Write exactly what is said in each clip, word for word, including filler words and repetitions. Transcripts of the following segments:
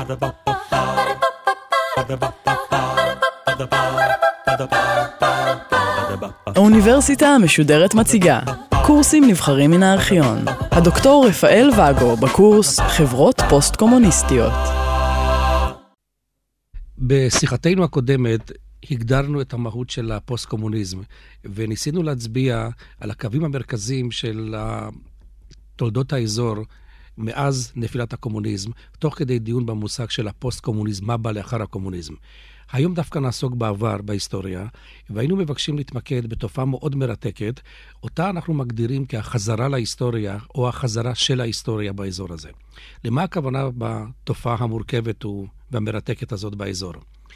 האוניברסיטה המשודרת מציגה קורסים נבחרים מן הארכיון. הדוקטור רפאל ואגו בקורס חברות פוסט-קומוניסטיות. בשיחתנו הקודמת הגדרנו את המהות של הפוסט-קומוניזם, וניסינו להצביע על הקווים המרכזיים של תולדות האזור מאז נפילת הקומוניזם, תוך כדי דיון במושג של הפוסט-קומוניזם, מה בא לאחר הקומוניזם. היום דווקא נעסוק בעבר, בהיסטוריה, והיינו מבקשים להתמקד בתופעה מאוד מרתקת, אותה אנחנו מגדירים כהחזרה להיסטוריה, או החזרה של ההיסטוריה באזור הזה. למה הכוונה בתופעה המורכבת והמרתקת הזאת באזור?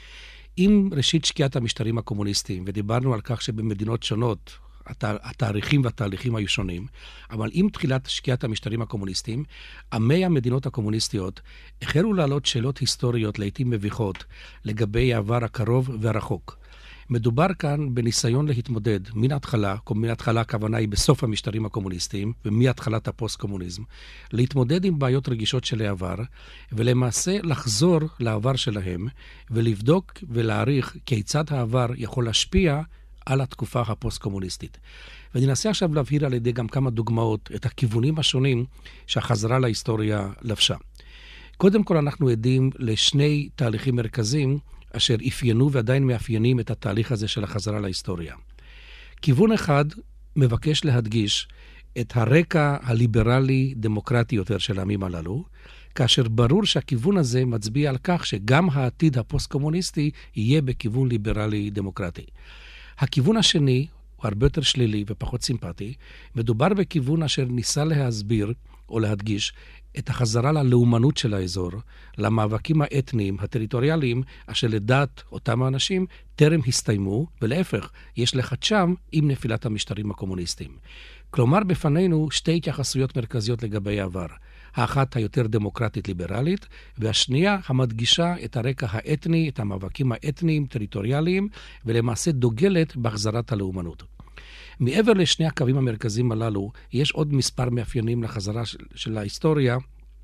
עם ראשית שקיעת המשטרים הקומוניסטיים, ודיברנו על כך שבמדינות שונות, התאריכים והתהליכים היו שונים, אבל עם תחילת שקיעת המשטרים הקומוניסטיים, עמי המדינות הקומוניסטיות החלו לעלות שאלות היסטוריות לעתים מביכות לגבי העבר הקרוב והרחוק. מדובר כאן בניסיון להתמודד מן ההתחלה, מן ההתחלה הכוונה היא בסוף המשטרים הקומוניסטיים ומהתחלת הפוסט-קומוניזם, להתמודד עם בעיות רגישות של העבר, ולמעשה לחזור לעבר שלהם ולבדוק ולהעריך כיצד העבר יכול להשפיע על התקופה הפוסט-קומוניסטית. וננסה עכשיו להבהיר על ידי גם כמה דוגמאות את הכיוונים השונים שהחזרה להיסטוריה לבשה. קודם כל אנחנו עדים לשני תהליכים מרכזיים אשר אפיינו ועדיין מאפיינים את התהליך הזה של החזרה להיסטוריה. כיוון אחד מבקש להדגיש את הרקע הליברלי דמוקרטי יותר של העמים הללו, כאשר ברור שהכיוון הזה מצביע על כך שגם העתיד הפוסט-קומוניסטי יהיה בכיוון ליברלי דמוקרטי. הכיוון השני הוא הרבה יותר שלילי ופחות סימפטי, מדובר בכיוון אשר ניסה להסביר או להדגיש את החזרה ללאומנות של האזור, למאבקים האתניים, הטריטוריאליים, אשר לדעת אותם האנשים טרם הסתיימו, ולהפך, יש לחדשם עם נפילת המשטרים הקומוניסטיים. כלומר, בפנינו שתי התייחסויות מרכזיות לגבי העבר. האחת היותר דמוקרטית ליברלית, והשנייה המדגישה את הרקע האתני, את המאבקים האתניים, טריטוריאליים, ולמעשה דוגלת בהחזרת הלאומנות. מעבר לשני הקווים המרכזיים הללו, יש עוד מספר מאפיינים לחזרה של, של ההיסטוריה,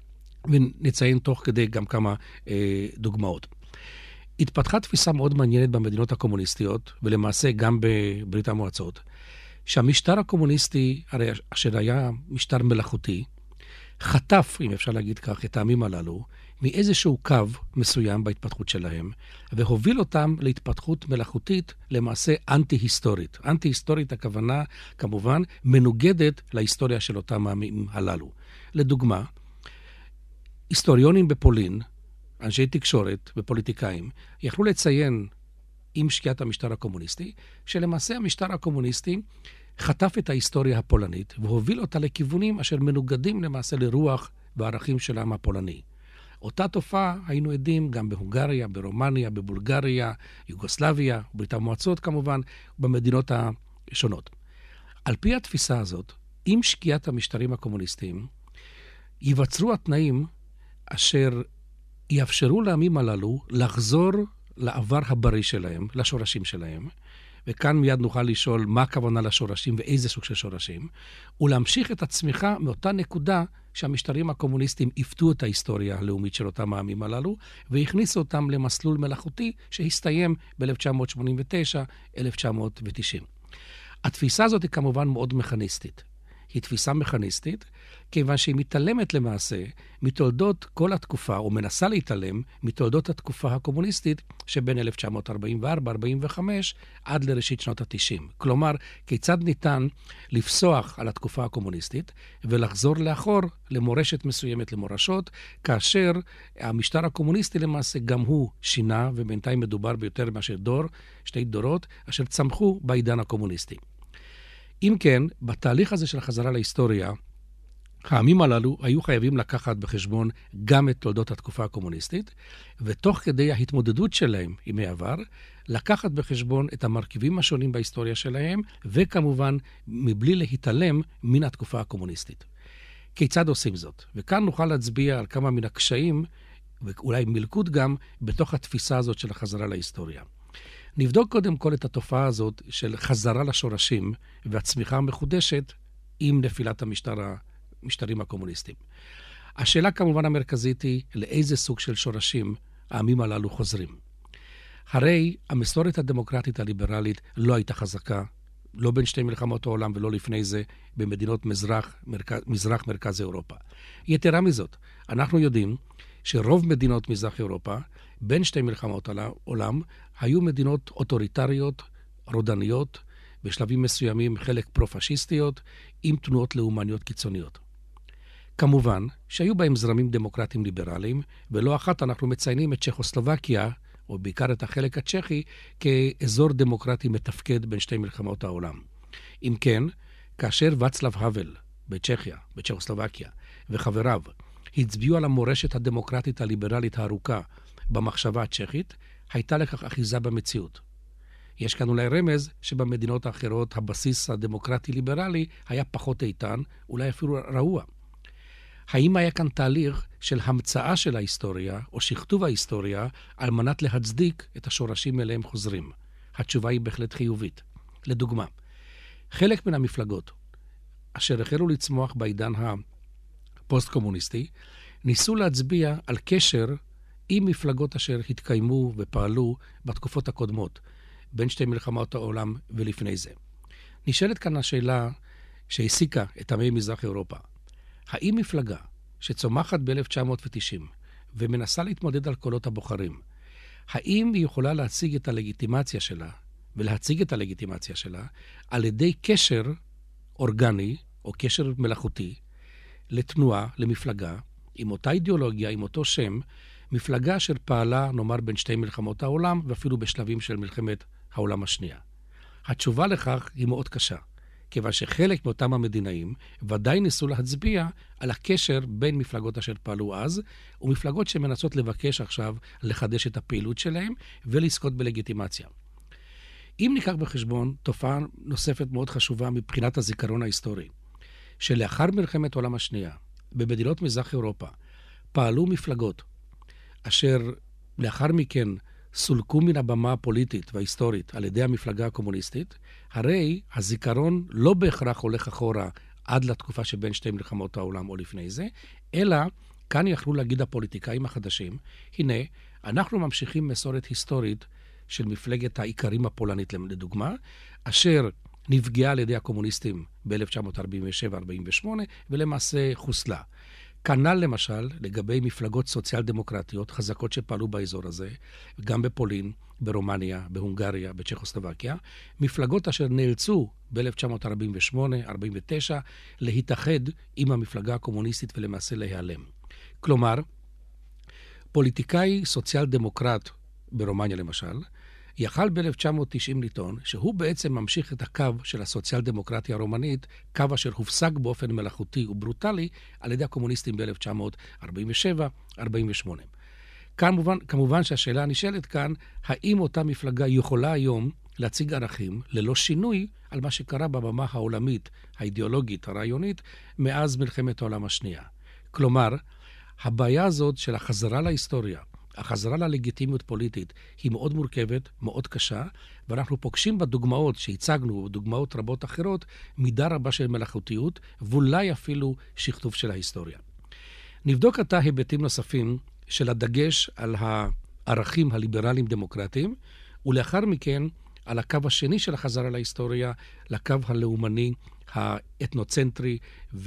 ונציין תוך כדי גם כמה אה, דוגמאות. התפתחה תפיסה מאוד מעניינת במדינות הקומוניסטיות, ולמעשה גם בברית המועצות, שהמשטר הקומוניסטי, הרי אשר היה משטר מלאכותי, חטף, אם אפשר להגיד כך, את העמים הללו, מאיזשהו קו מסוים בהתפתחות שלהם, והוביל אותם להתפתחות מלאכותית למעשה אנטי-היסטורית. אנטי-היסטורית הכוונה, כמובן, מנוגדת להיסטוריה של אותם העמים הללו. לדוגמה, היסטוריונים בפולין, אנשי תקשורת ופוליטיקאים, יכלו לציין עם שקיעת המשטר הקומוניסטי, שלמעשה המשטר הקומוניסטי חטף את ההיסטוריה הפולנית, והוביל אותה לכיוונים אשר מנוגדים למעשה לרוח וערכים של העם הפולני. אותה תופעה היינו עדים גם בהונגריה, ברומניה, בבולגריה, יוגוסלביה, ברית המועצות כמובן, במדינות השונות. על פי התפיסה הזאת, עם שקיעת המשטרים הקומוניסטיים, ייווצרו התנאים אשר יאפשרו לעמים הללו לחזור לעבר הבריא שלהם, לשורשים שלהם, וכאן מיד נוכל לשאול מה הכוונה לשורשים ואיזה סוג של שורשים, ולהמשיך את הצמיחה מאותה נקודה שהמשטרים הקומוניסטיים יפתו את ההיסטוריה הלאומית של אותם העמים הללו, והכניסו אותם למסלול מלאכותי שהסתיים ב-אלף תשע מאות שמונים ותשע עד אלף תשע מאות תשעים. התפיסה הזאת היא כמובן מאוד מכניסטית. היא תפיסה מכניסטית, כיוון שהיא מתעלמת למעשה מתולדות כל התקופה, או מנסה להתעלם מתולדות התקופה הקומוניסטית שבין אלף תשע מאות ארבעים וארבע עד ארבעים וחמש עד לראשית שנות ה-תשעים. כלומר, כיצד ניתן לפסוח על התקופה הקומוניסטית ולחזור לאחור למורשת מסוימת, למורשות, כאשר המשטר הקומוניסטי למעשה גם הוא שינה, ובינתיים מדובר ביותר מאשר דור, שתי דורות, אשר צמחו בעידן הקומוניסטי. אם כן, בתהליך הזה של החזרה להיסטוריה, העמים הללו היו חייבים לקחת בחשבון גם את תולדות התקופה הקומוניסטית, ותוך כדי ההתמודדות שלהם עם העבר, לקחת בחשבון את המרכיבים השונים בהיסטוריה שלהם, וכמובן מבלי להתעלם מן התקופה הקומוניסטית. כיצד עושים זאת? וכאן נוכל להצביע על כמה מן הקשיים, ואולי מלכוד גם, בתוך התפיסה הזאת של החזרה להיסטוריה. נבדוק קודם כל את התופעה הזאת של חזרה לשורשים והצמיחה המחודשת עם נפילת המשטר, המשטרים הקומוניסטיים. השאלה כמובן המרכזית היא לאיזה סוג של שורשים העמים הללו חוזרים. הרי המסורת הדמוקרטית הליברלית לא הייתה חזקה, לא בין שתי מלחמות העולם ולא לפני זה במדינות מזרח, מרכז, מזרח מרכז אירופה. יתרה מזאת, אנחנו יודעים שרוב מדינות מזרח אירופה, בין שתי מלחמות העולם, היו מדינות אוטוריטריות, רודניות, בשלבים מסוימים חלק פרו-פשיסטיות, עם תנועות לאומניות קיצוניות. כמובן שהיו בהם זרמים דמוקרטיים ליברליים, ולא אחת אנחנו מציינים את צ'כוסלובקיה, או בעיקר את החלק הצ'כי, כאזור דמוקרטי מתפקד בין שתי מלחמות העולם. אם כן, כאשר ואצלב האוול בצ'כיה, בצ'כוסלובקיה, וחבריו הצביעו על המורשת הדמוקרטית הליברלית הארוכה במחשבה הצ'כית, הייתה לכך אחיזה במציאות. יש כאן אולי רמז שבמדינות האחרות הבסיס הדמוקרטי-ליברלי היה פחות איתן, אולי אפילו רעוע. האם היה כאן תהליך של המצאה של ההיסטוריה, או שכתוב ההיסטוריה, על מנת להצדיק את השורשים אליהם חוזרים? התשובה היא בהחלט חיובית. לדוגמה, חלק מן המפלגות, אשר החלו לצמוח בעידן הפוסט-קומוניסטי, ניסו להצביע על קשר עם מפלגות אשר התקיימו ופעלו בתקופות הקודמות, בין שתי מלחמות העולם ולפני זה. נשאלת כאן השאלה שהעסיקה את עמי מזרח אירופה. האם מפלגה שצומחת ב-אלף תשע מאות ותשעים ומנסה להתמודד על קולות הבוחרים, האם היא יכולה להציג את הלגיטימציה שלה, ולהציג את הלגיטימציה שלה, על ידי קשר אורגני או קשר מלאכותי לתנועה, למפלגה, עם אותה אידיאולוגיה, עם אותו שם, מפלגה אשר פעלה, נאמר, בין שתי מלחמות העולם, ואפילו בשלבים של מלחמת העולם השנייה? התשובה לכך היא מאוד קשה, כיוון שחלק מאותם המדינאים ודאי ניסו להצביע על הקשר בין מפלגות אשר פעלו אז, ומפלגות שמנסות לבקש עכשיו לחדש את הפעילות שלהם ולזכות בלגיטימציה. אם ניקח בחשבון תופעה נוספת מאוד חשובה מבחינת הזיכרון ההיסטורי, שלאחר מלחמת העולם השנייה, במדינות מזרח אירופה, פעלו מפלגות אשר לאחר מכן סולקו מן הבמה הפוליטית וההיסטורית על ידי המפלגה הקומוניסטית, הרי הזיכרון לא בהכרח הולך אחורה עד לתקופה שבין שתי מלחמות העולם או לפני זה, אלא כאן יכלו להגיד הפוליטיקאים החדשים, הנה, אנחנו ממשיכים מסורת היסטורית של מפלגת העיקרים הפולנית לדוגמה, אשר נפגעה על ידי הקומוניסטים ב-אלף תשע מאות ארבעים ושבע ארבעים ושמונה ולמעשה חוסלה. כנ"ל למשל לגבי מפלגות סוציאל דמוקרטיות חזקות שפעלו באזור הזה, גם בפולין, ברומניה, בהונגריה, בצ'כוסלובקיה, מפלגות אשר נאלצו ב-אלף תשע מאות ארבעים ושמונה ארבעים ותשע להתאחד עם המפלגה הקומוניסטית ולמעשה להיעלם. כלומר, פוליטיקאי סוציאל דמוקרט ברומניה למשל, יכל ב-אלף תשע מאות תשעים לטעון שהוא בעצם ממשיך את הקו של הסוציאל דמוקרטיה הרומנית, קו אשר הופסק באופן מלאכותי וברוטלי על ידי הקומוניסטים ב-אלף תשע מאות ארבעים ושבע ארבעים ושמונה. כמובן, כמובן שהשאלה הנשאלת כאן, האם אותה מפלגה יכולה היום להציג ערכים ללא שינוי על מה שקרה בבמה העולמית, האידיאולוגית, הרעיונית, מאז מלחמת העולם השנייה. כלומר, הבעיה הזאת של החזרה להיסטוריה, החזרה ללגיטימיות פוליטית היא מאוד מורכבת, מאוד קשה, ואנחנו פוגשים בדוגמאות שהצגנו, בדוגמאות רבות אחרות, מידה רבה של מלאכותיות, ואולי אפילו שכתוב של ההיסטוריה. נבדוק עתה היבטים נוספים של הדגש על הערכים הליברליים דמוקרטיים, ולאחר מכן על הקו השני של החזרה להיסטוריה, לקו הלאומני, האתנוצנטרי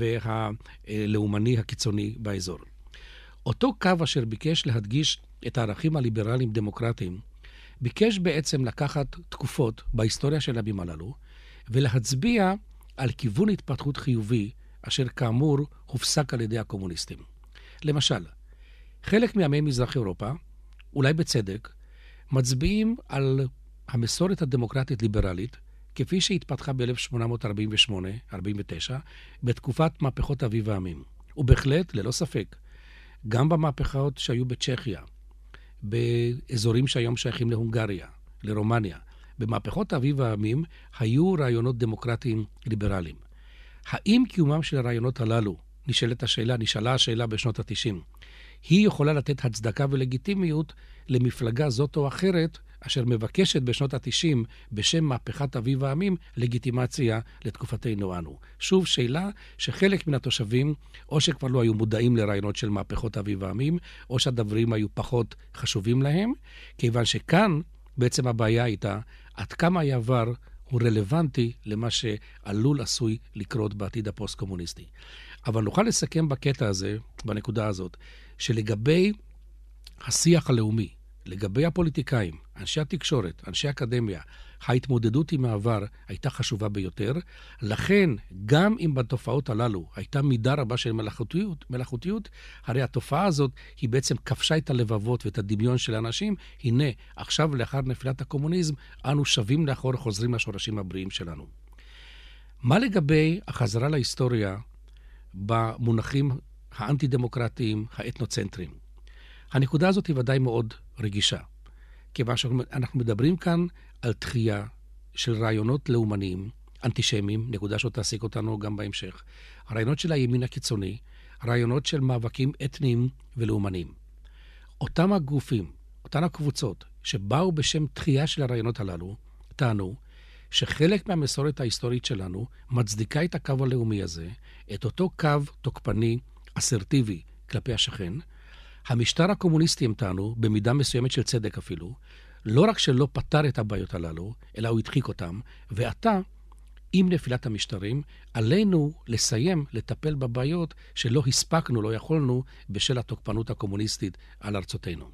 והלאומני הקיצוני באזור. אותו קו אשר ביקש להדגיש את הערכים הליברליים דמוקרטיים, ביקש בעצם לקחת תקופות בהיסטוריה של העמים הללו, ולהצביע על כיוון התפתחות חיובי, אשר כאמור הופסק על ידי הקומוניסטים. למשל, חלק מעמי מזרח אירופה, אולי בצדק, מצביעים על המסורת הדמוקרטית ליברלית, כפי שהתפתחה ב-אלף שמונה מאות ארבעים ושמונה ארבעים ותשע, בתקופת מהפכות אביב העמים. ובהחלט, ללא ספק, גם במהפכות שהיו בצ'כיה, באזורים שהיום שייכים להונגריה, לרומניה, במהפכות אביב העמים היו רעיונות דמוקרטיים ליברליים. האם קיומם של הרעיונות הללו, נשאלת השאלה, נשאלה השאלה בשנות ה-תשעים, היא יכולה לתת הצדקה ולגיטימיות למפלגה זאת או אחרת אשר מבקשת בשנות ה-תשעים, בשם מהפכת אביב העמים, לגיטימציה לתקופתנו אנו. שוב, שאלה שחלק מן התושבים, או שכבר לא היו מודעים לרעיונות של מהפכות אביב העמים, או שהדברים היו פחות חשובים להם, כיוון שכאן בעצם הבעיה הייתה עד כמה העבר הוא רלוונטי למה שעלול עשוי לקרות בעתיד הפוסט-קומוניסטי. אבל נוכל לסכם בקטע הזה, בנקודה הזאת, שלגבי השיח הלאומי, לגבי הפוליטיקאים, אנשי התקשורת, אנשי האקדמיה, ההתמודדות עם העבר הייתה חשובה ביותר. לכן, גם אם בתופעות הללו הייתה מידה רבה של מלאכותיות, מלאכותיות, הרי התופעה הזאת היא בעצם כבשה את הלבבות ואת הדמיון של האנשים. הנה, עכשיו לאחר נפילת הקומוניזם, אנו שבים לאחור חוזרים לשורשים הבריאים שלנו. מה לגבי החזרה להיסטוריה במונחים האנטי-דמוקרטיים, האתנוצנטריים? הנקודה הזאת היא ודאי מאוד רגישה, כיוון שאנחנו מדברים כאן על דחייה של רעיונות לאומניים, אנטישמיים, נקודה שתעסיק אותנו גם בהמשך, רעיונות של הימין הקיצוני, רעיונות של מאבקים אתניים ולאומניים. אותם הגופים, אותן הקבוצות שבאו בשם דחייה של הרעיונות הללו, טענו שחלק מהמסורת ההיסטורית שלנו מצדיקה את הקו הלאומי הזה, את אותו קו תוקפני, אסרטיבי כלפי השכן. המשטר הקומוניסטי, הם טענו, במידה מסוימת של צדק אפילו, לא רק שלא פתר את הבעיות הללו, אלא הוא הדחיק אותם, ועתה, עם נפילת המשטרים, עלינו לסיים לטפל בבעיות שלא הספקנו, לא יכולנו, בשל התוקפנות הקומוניסטית על ארצותינו.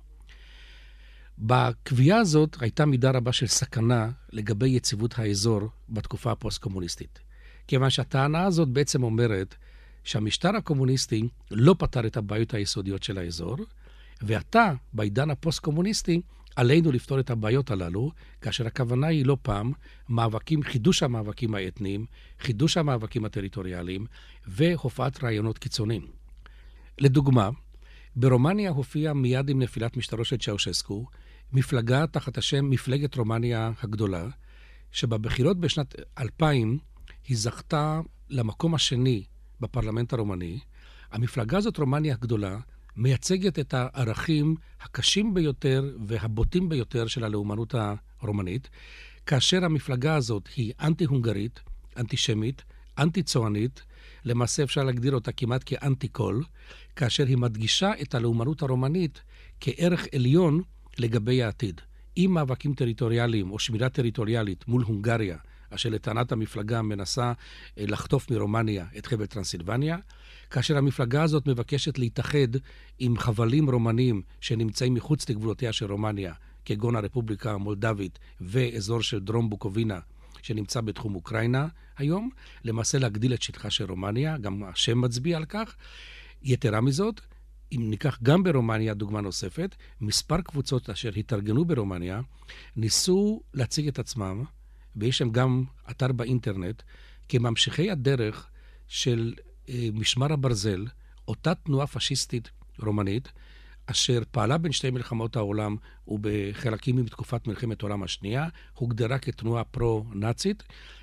בקביעה הזאת הייתה מידה רבה של סכנה לגבי יציבות האזור בתקופה הפוסט-קומוניסטית. כיוון שהטענה הזאת בעצם אומרת שהמשטר הקומוניסטי לא פתר את הבעיות היסודיות של האזור, ועתה, בעידן הפוסט-קומוניסטי, עלינו לפתור את הבעיות הללו, כאשר הכוונה היא לא פעם מאבקים, חידוש המאבקים האתניים, חידוש המאבקים הטריטוריאליים, והופעת רעיונות קיצוניים. לדוגמה, ברומניה הופיעה מיד עם נפילת משטרו של צ'אושסקו, מפלגה תחת השם מפלגת רומניה הגדולה, שבבחירות בשנת אלפיים היא זכתה למקום השני בפרלמנט הרומני. המפלגה הזאת, רומניה הגדולה, מייצגת את הערכים הקשים ביותר והבוטים ביותר של הלאומנות הרומנית, כאשר המפלגה הזאת היא אנטי-הונגרית, אנטישמית, אנטי-צוענית, למעשה אפשר להגדיר אותה כמעט כאנטי-קול, כאשר היא מדגישה את הלאומנות הרומנית כערך עליון לגבי העתיד. עם מאבקים טריטוריאליים או שמירה טריטוריאלית מול הונגריה, אשר לטענת המפלגה מנסה לחטוף מרומניה את חבל טרנסילבניה, כאשר המפלגה הזאת מבקשת להתאחד עם חבלים רומנים שנמצאים מחוץ לגבולותיה של רומניה, כגון הרפובליקה המולדבית ואזור של דרום בוקובינה, שנמצא בתחום אוקראינה היום, למעשה להגדיל את שטחה של רומניה, גם השם מצביע על כך. יתרה מזאת, אם ניקח גם ברומניה דוגמה נוספת, מספר קבוצות אשר התארגנו ברומניה, ניסו להציג את עצמם, ויש שם גם אתר באינטרנט, כממשיכי הדרך של אה, משמר הברזל, אותה תנועה פשיסטית רומנית, אשר פעלה בין שתי מלחמות העולם ובחלקים מתקופת מלחמת העולם השנייה, הוגדרה כתנועה פרו-נאצית,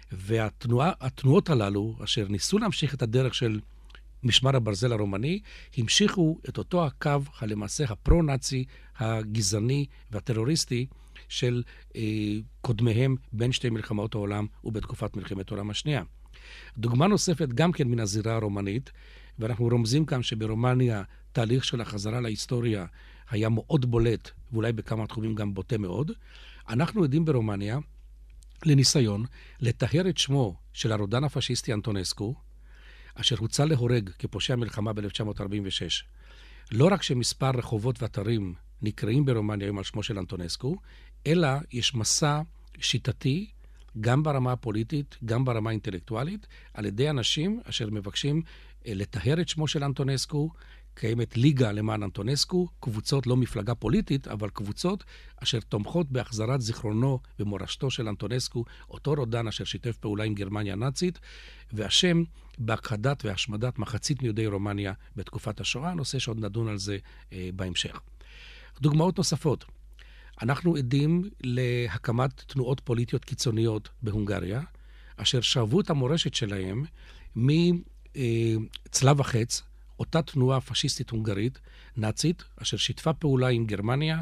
והתנועות הללו, אשר ניסו להמשיך את הדרך של משמר הברזל הרומני, המשיכו את אותו הקו הלמעשה הפרו-נאצי, הגזעני והטרוריסטי של אה, קודמיהם בין שתי מלחמות העולם ובתקופת מלחמת העולם השנייה. דוגמה נוספת גם כן מן הזירה הרומנית, ואנחנו רומזים כאן שברומניה תהליך של החזרה להיסטוריה היה מאוד בולט, ואולי בכמה תחומים גם בוטה מאוד. אנחנו עדים ברומניה לניסיון לטהר את שמו של הרודן הפשיסטי אנטונסקו, אשר הוצא להורג כפושע מלחמה ב-אלף תשע מאות ארבעים ושש. לא רק שמספר רחובות ואתרים נקראים ברומניה היום על שמו של אנטונסקו, אלא יש מסע שיטתי, גם ברמה הפוליטית, גם ברמה האינטלקטואלית, על ידי אנשים אשר מבקשים לטהר את שמו של אנטונסקו. קיימת ליגה למען אנטונסקו, קבוצות, לא מפלגה פוליטית, אבל קבוצות אשר תומכות בהחזרת זיכרונו ומורשתו של אנטונסקו, אותו רודן אשר שיתף פעולה עם גרמניה הנאצית, והשם בהכחדת והשמדת מחצית מיהודי רומניה בתקופת השואה, נושא שעוד נדון על זה אה, בהמשך. דוגמאות נוספות. אנחנו עדים להקמת תנועות פוליטיות קיצוניות בהונגריה, אשר שאבו את המורשת שלהם מצלב החץ, אותה תנועה פשיסטית הונגרית, נאצית, אשר שיתפה פעולה עם גרמניה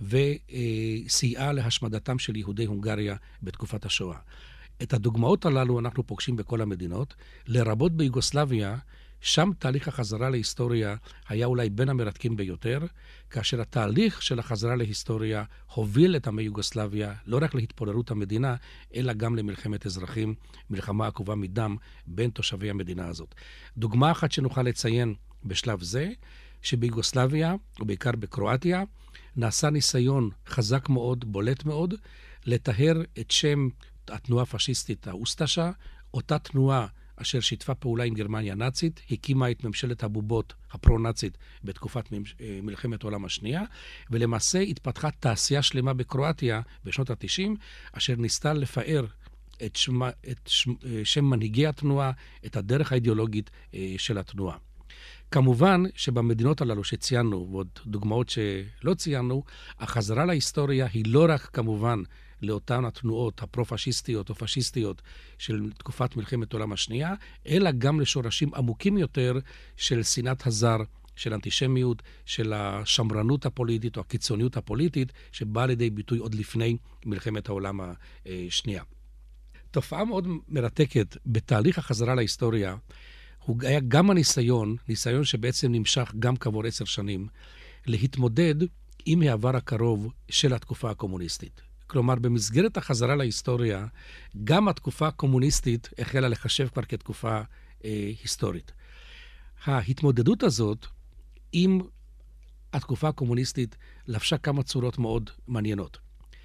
וסייעה להשמדתם של יהודי הונגריה בתקופת השואה. את הדוגמאות הללו אנחנו פוגשים בכל המדינות, לרבות ביוגוסלביה, שם תהליך החזרה להיסטוריה היה אולי בין המרתקים ביותר, כאשר התהליך של החזרה להיסטוריה הוביל את עמי יוגוסלביה לא רק להתפוררות המדינה, אלא גם למלחמת אזרחים, מלחמה עקובה מדם בין תושבי המדינה הזאת. דוגמה אחת שנוכל לציין בשלב זה, שביוגוסלביה, ובעיקר בקרואטיה, נעשה ניסיון חזק מאוד, בולט מאוד, לטהר את שם התנועה הפשיסטית האוסטשה, אותה תנועה אשר שיתפה פעולה עם גרמניה הנאצית, הקימה את ממשלת הבובות הפרו-נאצית בתקופת מלחמת העולם השנייה, ולמעשה התפתחה תעשייה שלמה בקרואטיה בשנות ה-תשעים, אשר ניסתה לפאר את, שמה, את שם, שם מנהיגי התנועה, את הדרך האידיאולוגית של התנועה. כמובן שבמדינות הללו שציינו, ועוד דוגמאות שלא ציינו, החזרה להיסטוריה היא לא רק כמובן לאותן התנועות הפרו-פשיסטיות או פשיסטיות של תקופת מלחמת העולם השנייה, אלא גם לשורשים עמוקים יותר של שנאת הזר, של אנטישמיות, של השמרנות הפוליטית או הקיצוניות הפוליטית, שבאה לידי ביטוי עוד לפני מלחמת העולם השנייה. תופעה מאוד מרתקת בתהליך החזרה להיסטוריה, הוא היה גם הניסיון, ניסיון שבעצם נמשך גם כעבור עשר שנים, להתמודד עם העבר הקרוב של התקופה הקומוניסטית. כלומר, במסגרת החזרה להיסטוריה, גם התקופה הקומוניסטית החלה לחשב כבר כתקופה אה, היסטורית. ההתמודדות הזאת עם התקופה הקומוניסטית לבשה כמה צורות מאוד מעניינות.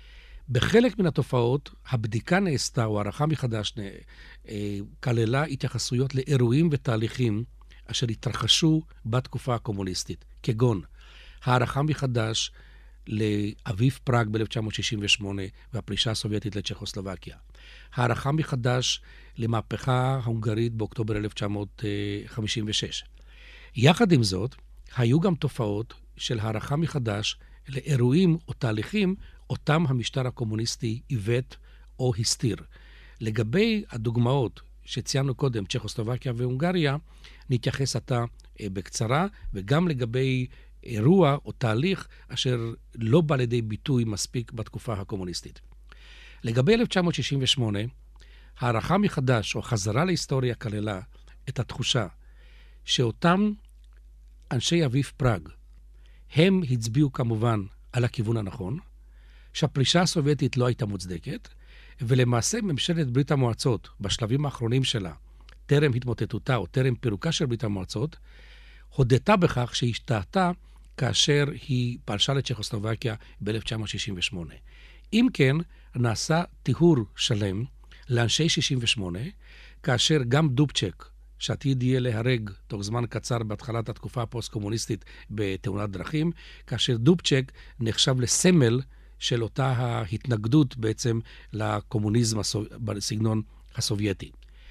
בחלק מן התופעות, הבדיקה נעשתה, או הערכה מחדש, אה, כללה התייחסויות לאירועים ותהליכים אשר התרחשו בתקופה הקומוניסטית, כגון הערכה מחדש לאביב פראג ב-אלף תשע מאות שישים ושמונה והפלישה הסובייטית לצ'כוסלובקיה. הערכה מחדש למהפכה ההונגרית באוקטובר אלף תשע מאות חמישים ושש. יחד עם זאת, היו גם תופעות של הערכה מחדש לאירועים או תהליכים אותם המשטר הקומוניסטי עיוות או הסתיר. לגבי הדוגמאות שציינו קודם, צ'כוסלובקיה והונגריה, נתייחס עתה בקצרה, וגם לגבי אירוע או תהליך אשר לא בא לידי ביטוי מספיק בתקופה הקומוניסטית. לגבי אלף תשע מאות שישים ושמונה, הערכה מחדש או חזרה להיסטוריה כללה את התחושה שאותם אנשי אביב פראג, הם הצביעו כמובן על הכיוון הנכון, שהפלישה הסובייטית לא הייתה מוצדקת, ולמעשה ממשלת ברית המועצות בשלבים האחרונים שלה, טרם התמוטטותה או טרם פירוקה של ברית המועצות, הודתה בכך שהיא השתהתה כאשר היא פלשה לצ'כוסלובקיה ב-אלף תשע מאות שישים ושמונה. אם כן, נעשה טיהור שלם לאנשי שישים ושמונה, כאשר גם דובצ'ק, שעתיד יהיה להרג תוך זמן קצר בהתחלת התקופה הפוסט-קומוניסטית בתאונת דרכים, כאשר דובצ'ק נחשב לסמל של אותה ההתנגדות בעצם לקומוניזם בסגנון הסובייטי.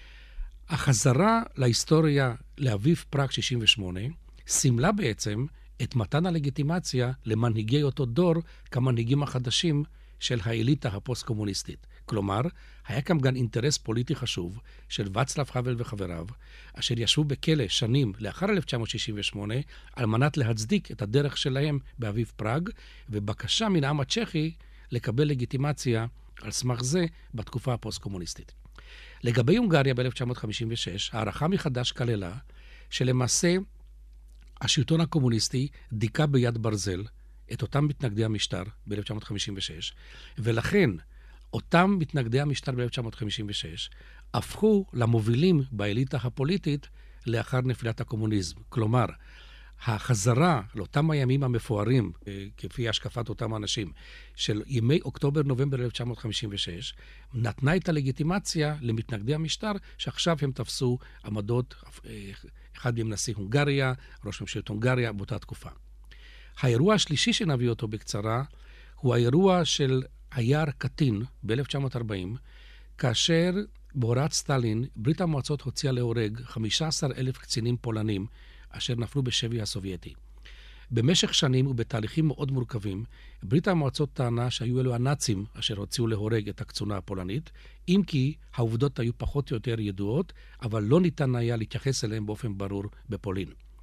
החזרה להיסטוריה לאביב פראג שישים ושמונה סימלה בעצם את מתן הלגיטימציה למנהיגי אותו דור כמנהיגים החדשים של האליטה הפוסט-קומוניסטית. כלומר, היה כאן גם אינטרס פוליטי חשוב של ואצלב האוול וחבריו, אשר ישבו בכלא שנים לאחר אלף תשע מאות שישים ושמונה, על מנת להצדיק את הדרך שלהם באביב פראג, ובקשה מן העם הצ'כי לקבל לגיטימציה על סמך זה בתקופה הפוסט-קומוניסטית. לגבי הונגריה ב-אלף תשע מאות חמישים ושש, הערכה מחדש כללה שלמעשה השלטון הקומוניסטי דיכא ביד ברזל את אותם מתנגדי המשטר ב-אלף תשע מאות חמישים ושש, ולכן אותם מתנגדי המשטר ב-אלף תשע מאות חמישים ושש הפכו למובילים באליטה הפוליטית לאחר נפילת הקומוניזם. כלומר, החזרה לאותם הימים המפוארים, כפי השקפת אותם אנשים, של ימי אוקטובר-נובמבר אלף תשע מאות חמישים ושש, נתנה את הלגיטימציה למתנגדי המשטר, שעכשיו הם תפסו עמדות, אחד מהם נשיא הונגריה, ראש ממשלת הונגריה, באותה תקופה. האירוע השלישי שנביא אותו בקצרה, הוא האירוע של היער קטין ב-אלף תשע מאות ארבעים, כאשר בהוראת סטלין, ברית המועצות הוציאה להורג חמישה עשר אלף קצינים פולנים, אשר נפלו בשבי הסובייטי. במשך שנים ובתהליכים מאוד מורכבים, ברית המועצות טענה שהיו אלו הנאצים אשר הוציאו להורג את הקצונה הפולנית, אם כי העובדות היו פחות או יותר ידועות, אבל לא ניתן היה להתייחס אליהם באופן ברור בפולין.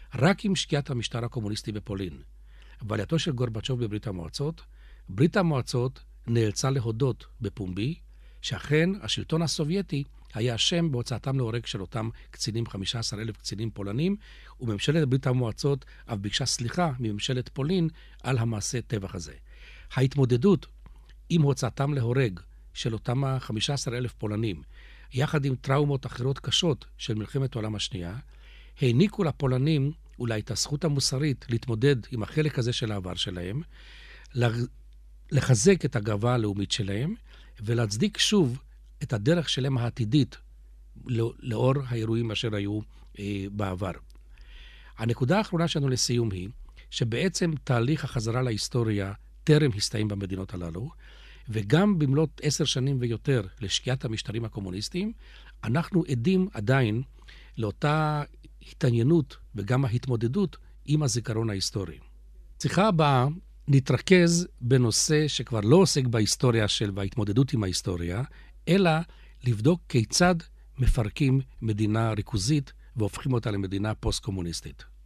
רק עם שקיעת המשטר הקומוניסטי בפולין, ועלייתו של גורבצ'וב בברית המועצות, ברית המועצות נאלצה להודות בפומבי, שאכן השלטון הסובייטי היה אשם בהוצאתם להורג של אותם קצינים, חמישה עשר אלף קצינים פולנים, וממשלת ברית המועצות אף ביקשה סליחה מממשלת פולין על המעשה טבח הזה. ההתמודדות עם הוצאתם להורג של אותם חמישה עשר אלף פולנים, יחד עם טראומות אחרות קשות של מלחמת העולם השנייה, העניקו לפולנים אולי את הזכות המוסרית להתמודד עם החלק הזה של העבר שלהם, לחזק את הגאווה הלאומית שלהם, ולהצדיק שוב את הדרך שלהם העתידית לאור האירועים אשר היו אה, בעבר. הנקודה האחרונה שלנו לסיום היא, שבעצם תהליך החזרה להיסטוריה טרם הסתיים במדינות הללו, וגם במלאת עשר שנים ויותר לשקיעת המשטרים הקומוניסטיים, אנחנו עדים עדיין לאותה התעניינות וגם ההתמודדות עם הזיכרון ההיסטורי. שיחה הבאה נתרכז בנושא שכבר לא עוסק בהיסטוריה של וההתמודדות עם ההיסטוריה, אלא לבדוק כיצד מפרקים מדינה ריכוזית והופכים אותה למדינה פוסט-קומוניסטית.